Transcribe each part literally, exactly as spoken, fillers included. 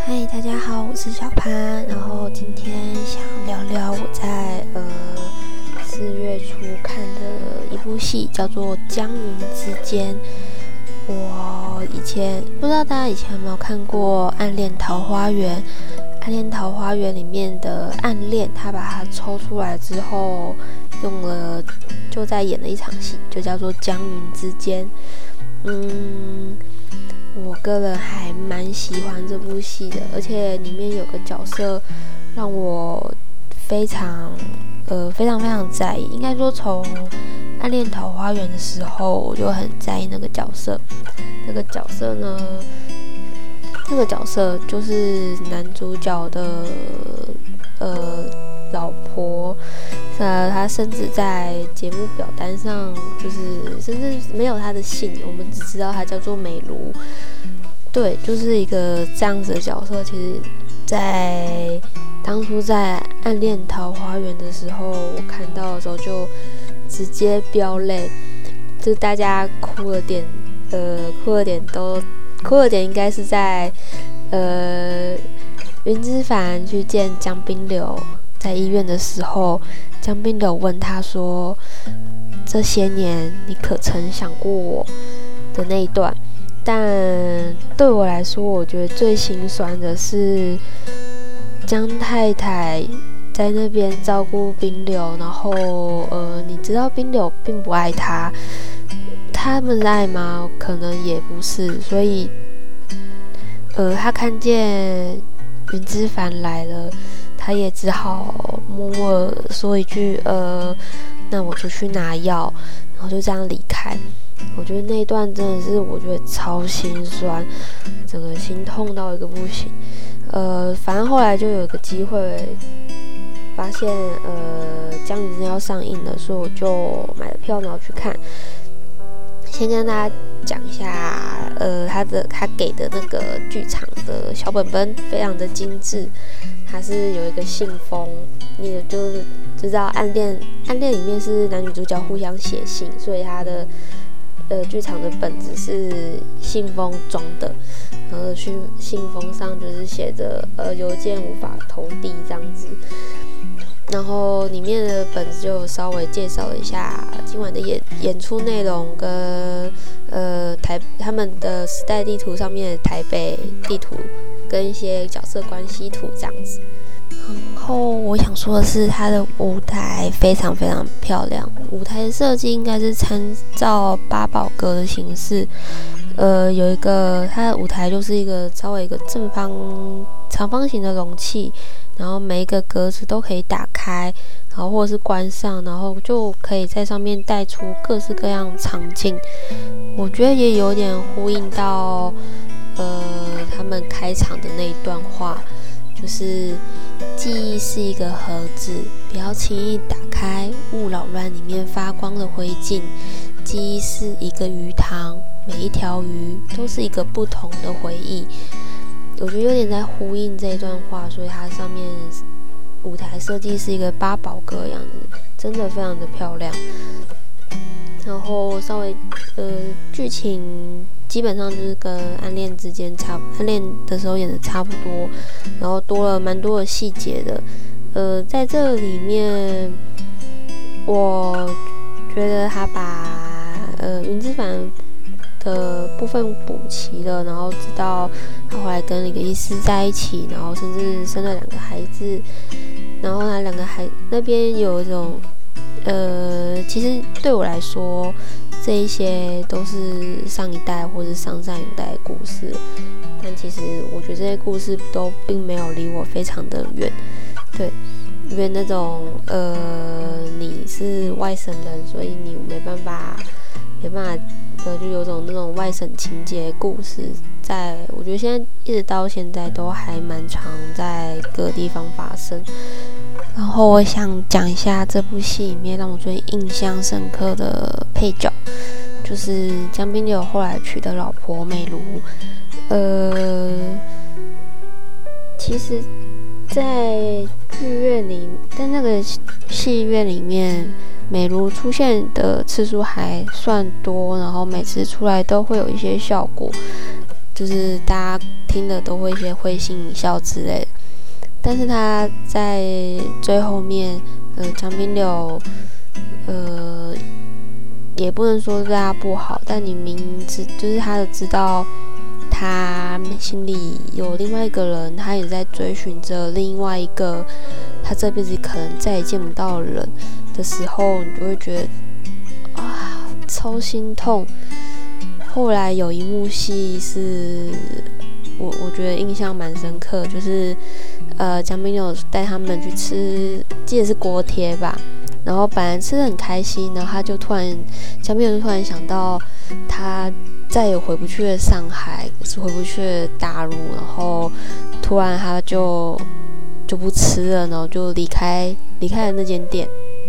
嗨，大家好，我是小潘。然后今天想聊聊我在呃四月初看的一部戏，叫做《江云之间》。我以前不知道大家以前有没有看过《暗恋桃花源》？《暗恋桃花源》里面的暗恋，他把它抽出来之后，用了就在演了一场戏，就叫做《江云之间》。嗯。我个人还蛮喜欢这部戏的，而且里面有个角色让我非常呃非常非常在意。应该说从暗恋桃花源的时候，我就很在意那个角色。那个角色呢，那个角色就是男主角的呃老婆。呃，他甚至在节目表单上，就是甚至没有他的姓，我们只知道他叫做美如。对，就是一个这样子的角色。其实，在当初在暗恋桃花源的时候，我看到的时候就直接飙泪，就大家哭了点，呃，哭了点都哭了点，应该是在呃云之凡去见江滨柳。在医院的时候，江滨柳问他说：“这些年你可曾想过我？”的那一段。但对我来说，我觉得最心酸的是江太太在那边照顾滨柳，然后呃，你知道滨柳并不爱他，他们爱吗？可能也不是，所以呃，他看见云之凡来了。他也只好默默说一句：“呃，那我就去拿药。”然后就这样离开。我觉得那一段真的是，我觉得超心酸，整个心痛到一个不行。呃，反正后来就有一个机会，发现呃《江云之间》要上映了，所以我就买了票，然后去看。先跟大家讲一下，呃，他的他给的那个剧场的小本本非常的精致。它是有一个信封，你也就是知道暗恋暗恋里面是男女主角互相写信，所以它的呃剧场的本子是信封装的，然后去信封上就是写着呃邮件无法投递这样子，然后里面的本子就稍微介绍了一下今晚的演演出内容跟呃台他们的时代地图上面的台北地图。跟一些角色关系图这样子，然后我想说的是，它的舞台非常非常漂亮，舞台设计应该是参照八宝阁的形式，呃，有一个它的舞台就是一个稍微一个正方长方形的容器，然后每一个格子都可以打开，然后或者是关上，然后就可以在上面带出各式各样场景。我觉得也有点呼应到。呃，他们开场的那一段话，就是记忆是一个盒子，不要轻易打开，勿扰乱里面发光的灰烬。记忆是一个鱼塘，每一条鱼都是一个不同的回忆。我觉得有点在呼应这一段话，所以它上面舞台设计是一个八宝阁的样子，真的非常的漂亮。然后稍微呃剧情。基本上就是跟暗恋之间差，暗恋的时候演的差不多，然后多了蛮多的细节的。呃，在这里面，我觉得他把呃云之凡的部分补齐了，然后直到他后来跟一个医师在一起，然后甚至生了两个孩子，然后他两个孩那边有一种呃，其实对我来说。这一些都是上一代或是上上一代的故事，但其实我觉得这些故事都并没有离我非常的远，对，因为那种呃你是外省人，所以你没办法没办法呃就有种那种外省情节故事，在我觉得现在一直到现在都还蛮常在各个地方发生。然后我想讲一下这部戏里面让我最印象深刻的配角，就是江滨柳后来娶的老婆美如。呃，其实，在剧院里，在那个戏院里面，美如出现的次数还算多，然后每次出来都会有一些效果。 就是大家听的都会一些会心一笑之类的。但是他在最后面，呃，江滨柳，呃，也不能说对他不好，但你明知就是他的知道，他心里有另外一个人，他也在追寻着另外一个他这辈子可能再也见不到的人的时候，你就会觉得啊，超心痛。后来有一幕戏是我我觉得印象蛮深刻，就是呃江滨柳带他们去吃，记得是锅贴吧，然后本来吃得很开心，然后他就突然江滨柳就突然想到他再也回不去了上海，可是回不去了大陆，然后突然他就就不吃了，然后就离开离开了那间店。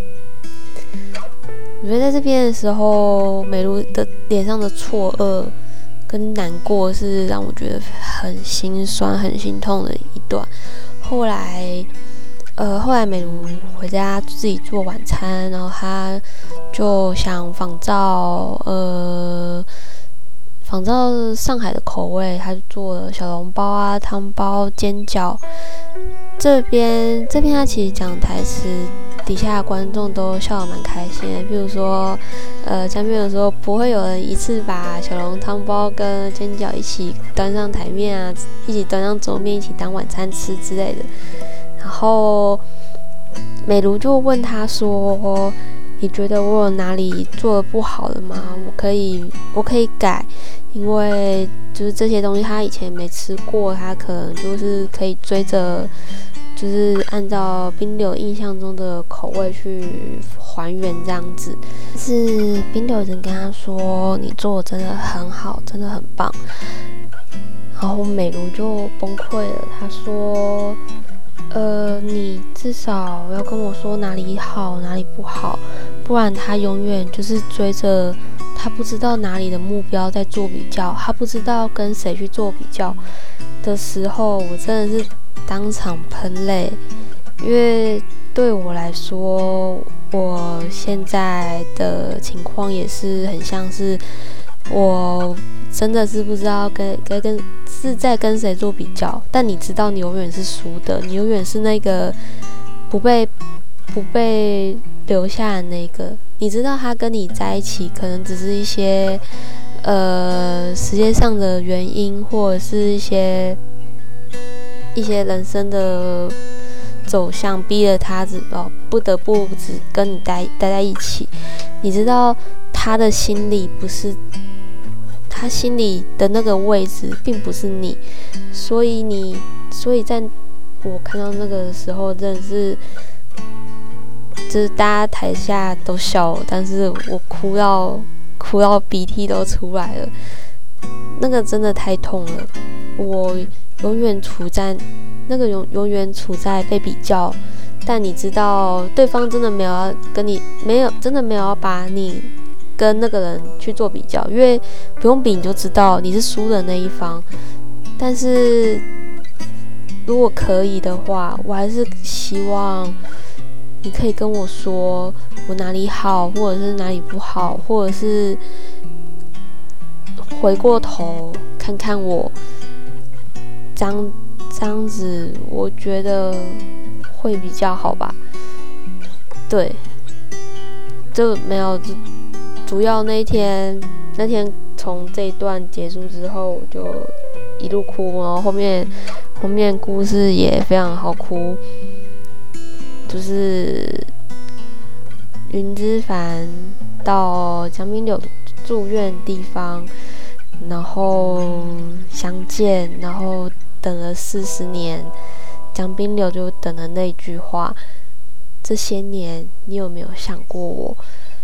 我觉得在这边的时候，美如的脸上的错愕跟难过是让我觉得很心酸、很心痛的一段。后来，呃，后来美如回家自己做晚餐，然后她就想仿照呃仿照上海的口味，她就做了小笼包啊、汤包、煎饺。这边这边她其实讲台词，底下的观众都笑得蛮开心的。譬如说，呃，江边的时候不会有人一次把小笼汤包跟煎饺一起端上台面啊，一起端上桌面，一起当晚餐吃之类的。然后美如就问他说：“你觉得我有哪里做得不好了吗？我可以，我可以改，因为就是这些东西他以前没吃过，他可能就是可以追着。”就是按照滨柳印象中的口味去还原这样子，是滨柳人跟他说：“你做的真的很好，真的很棒。”然后美如就崩溃了，她说：“呃，你至少要跟我说哪里好，哪里不好，不然他永远就是追着他不知道哪里的目标在做比较，他不知道跟谁去做比较的时候，我真的是。”当场喷泪，因为对我来说，我现在的情况也是很像是，我真的是不知道跟跟跟是在跟谁做比较，但你知道你永远是输的，你永远是那个不被不被留下的那个，你知道他跟你在一起可能只是一些呃时间上的原因，或者是一些。一些人生的走向逼了他只哦不得不只跟你待待在一起，你知道他的心里不是他心里的那个位置并不是你，所以你所以在我看到那个时候真的是就是大家台下都笑了，但是我哭到哭到鼻涕都出来了，那个真的太痛了，我。永远处在那个永永远处在被比较，但你知道对方真的没有要跟你没有真的没有要把你跟那个人去做比较，因为不用比你就知道你是输的那一方。但是如果可以的话，我还是希望你可以跟我说我哪里好，或者是哪里不好，或者是回过头看看我。这样这样子，我觉得会比较好吧。对，就没有主要那一天，那天从这一段结束之后，我就一路哭，然后后面后面故事也非常好哭，就是云之凡到江滨柳住院的地方。然后相见，然后等了四十年，江滨柳就等了那句话：这些年你有没有想过我？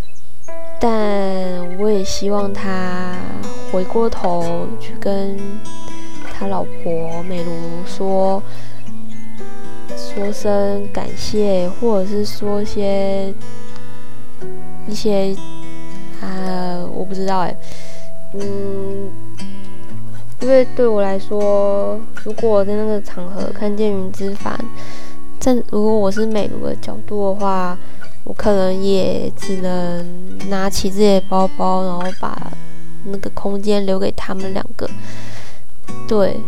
但我也希望他回过头去跟他老婆美如说，说声感谢，或者是说些一些啊，我不知道哎。嗯，因为对我来说，如果我在那个场合看见云之凡，在如果我是美如的角度的话，我可能也只能拿起自己的包包，然后把那个空间留给他们两个。 对，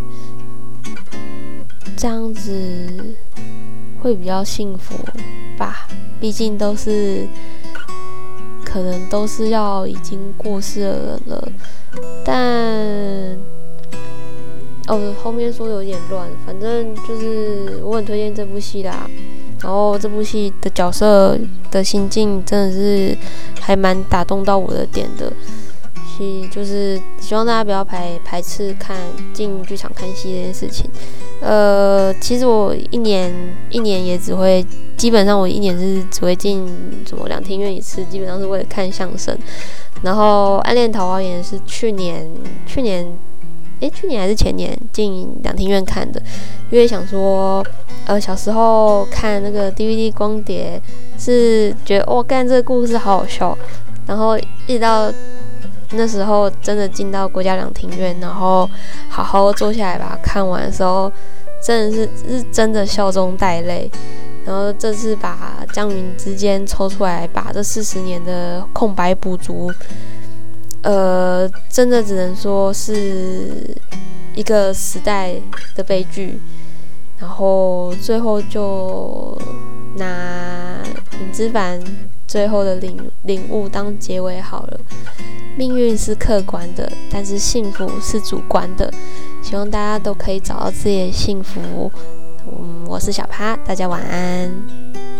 这样子会比较幸福吧，毕竟都是可能都是要已经过世的人了，但哦后面说有点乱，反正就是我很推荐这部戏啦。然后这部戏的角色的心境真的是还蛮打动到我的点的，就是希望大家不要排排斥看进剧场看戏这件事情。呃，其实我一年一年也只会，基本上我一年是只会进什么两厅院一次，基本上是为了看相声。然后《暗恋桃花源》是去年去年。诶，去年还是前年进两厅院看的，因为想说，呃，小时候看那个 D V D 光碟，是觉得哇，干这个故事好好笑，然后一直到那时候真的进到国家两厅院，然后好好坐下来把它看完的时候，真的是是真的笑中带泪。然后这次把江云之间抽出来，把这四十年的空白补足。呃，真的只能说是一个时代的悲剧，然后最后就拿尹之凡最后的领领悟当结尾好了。命运是客观的，但是幸福是主观的。希望大家都可以找到自己的幸福。嗯，我是小趴，大家晚安。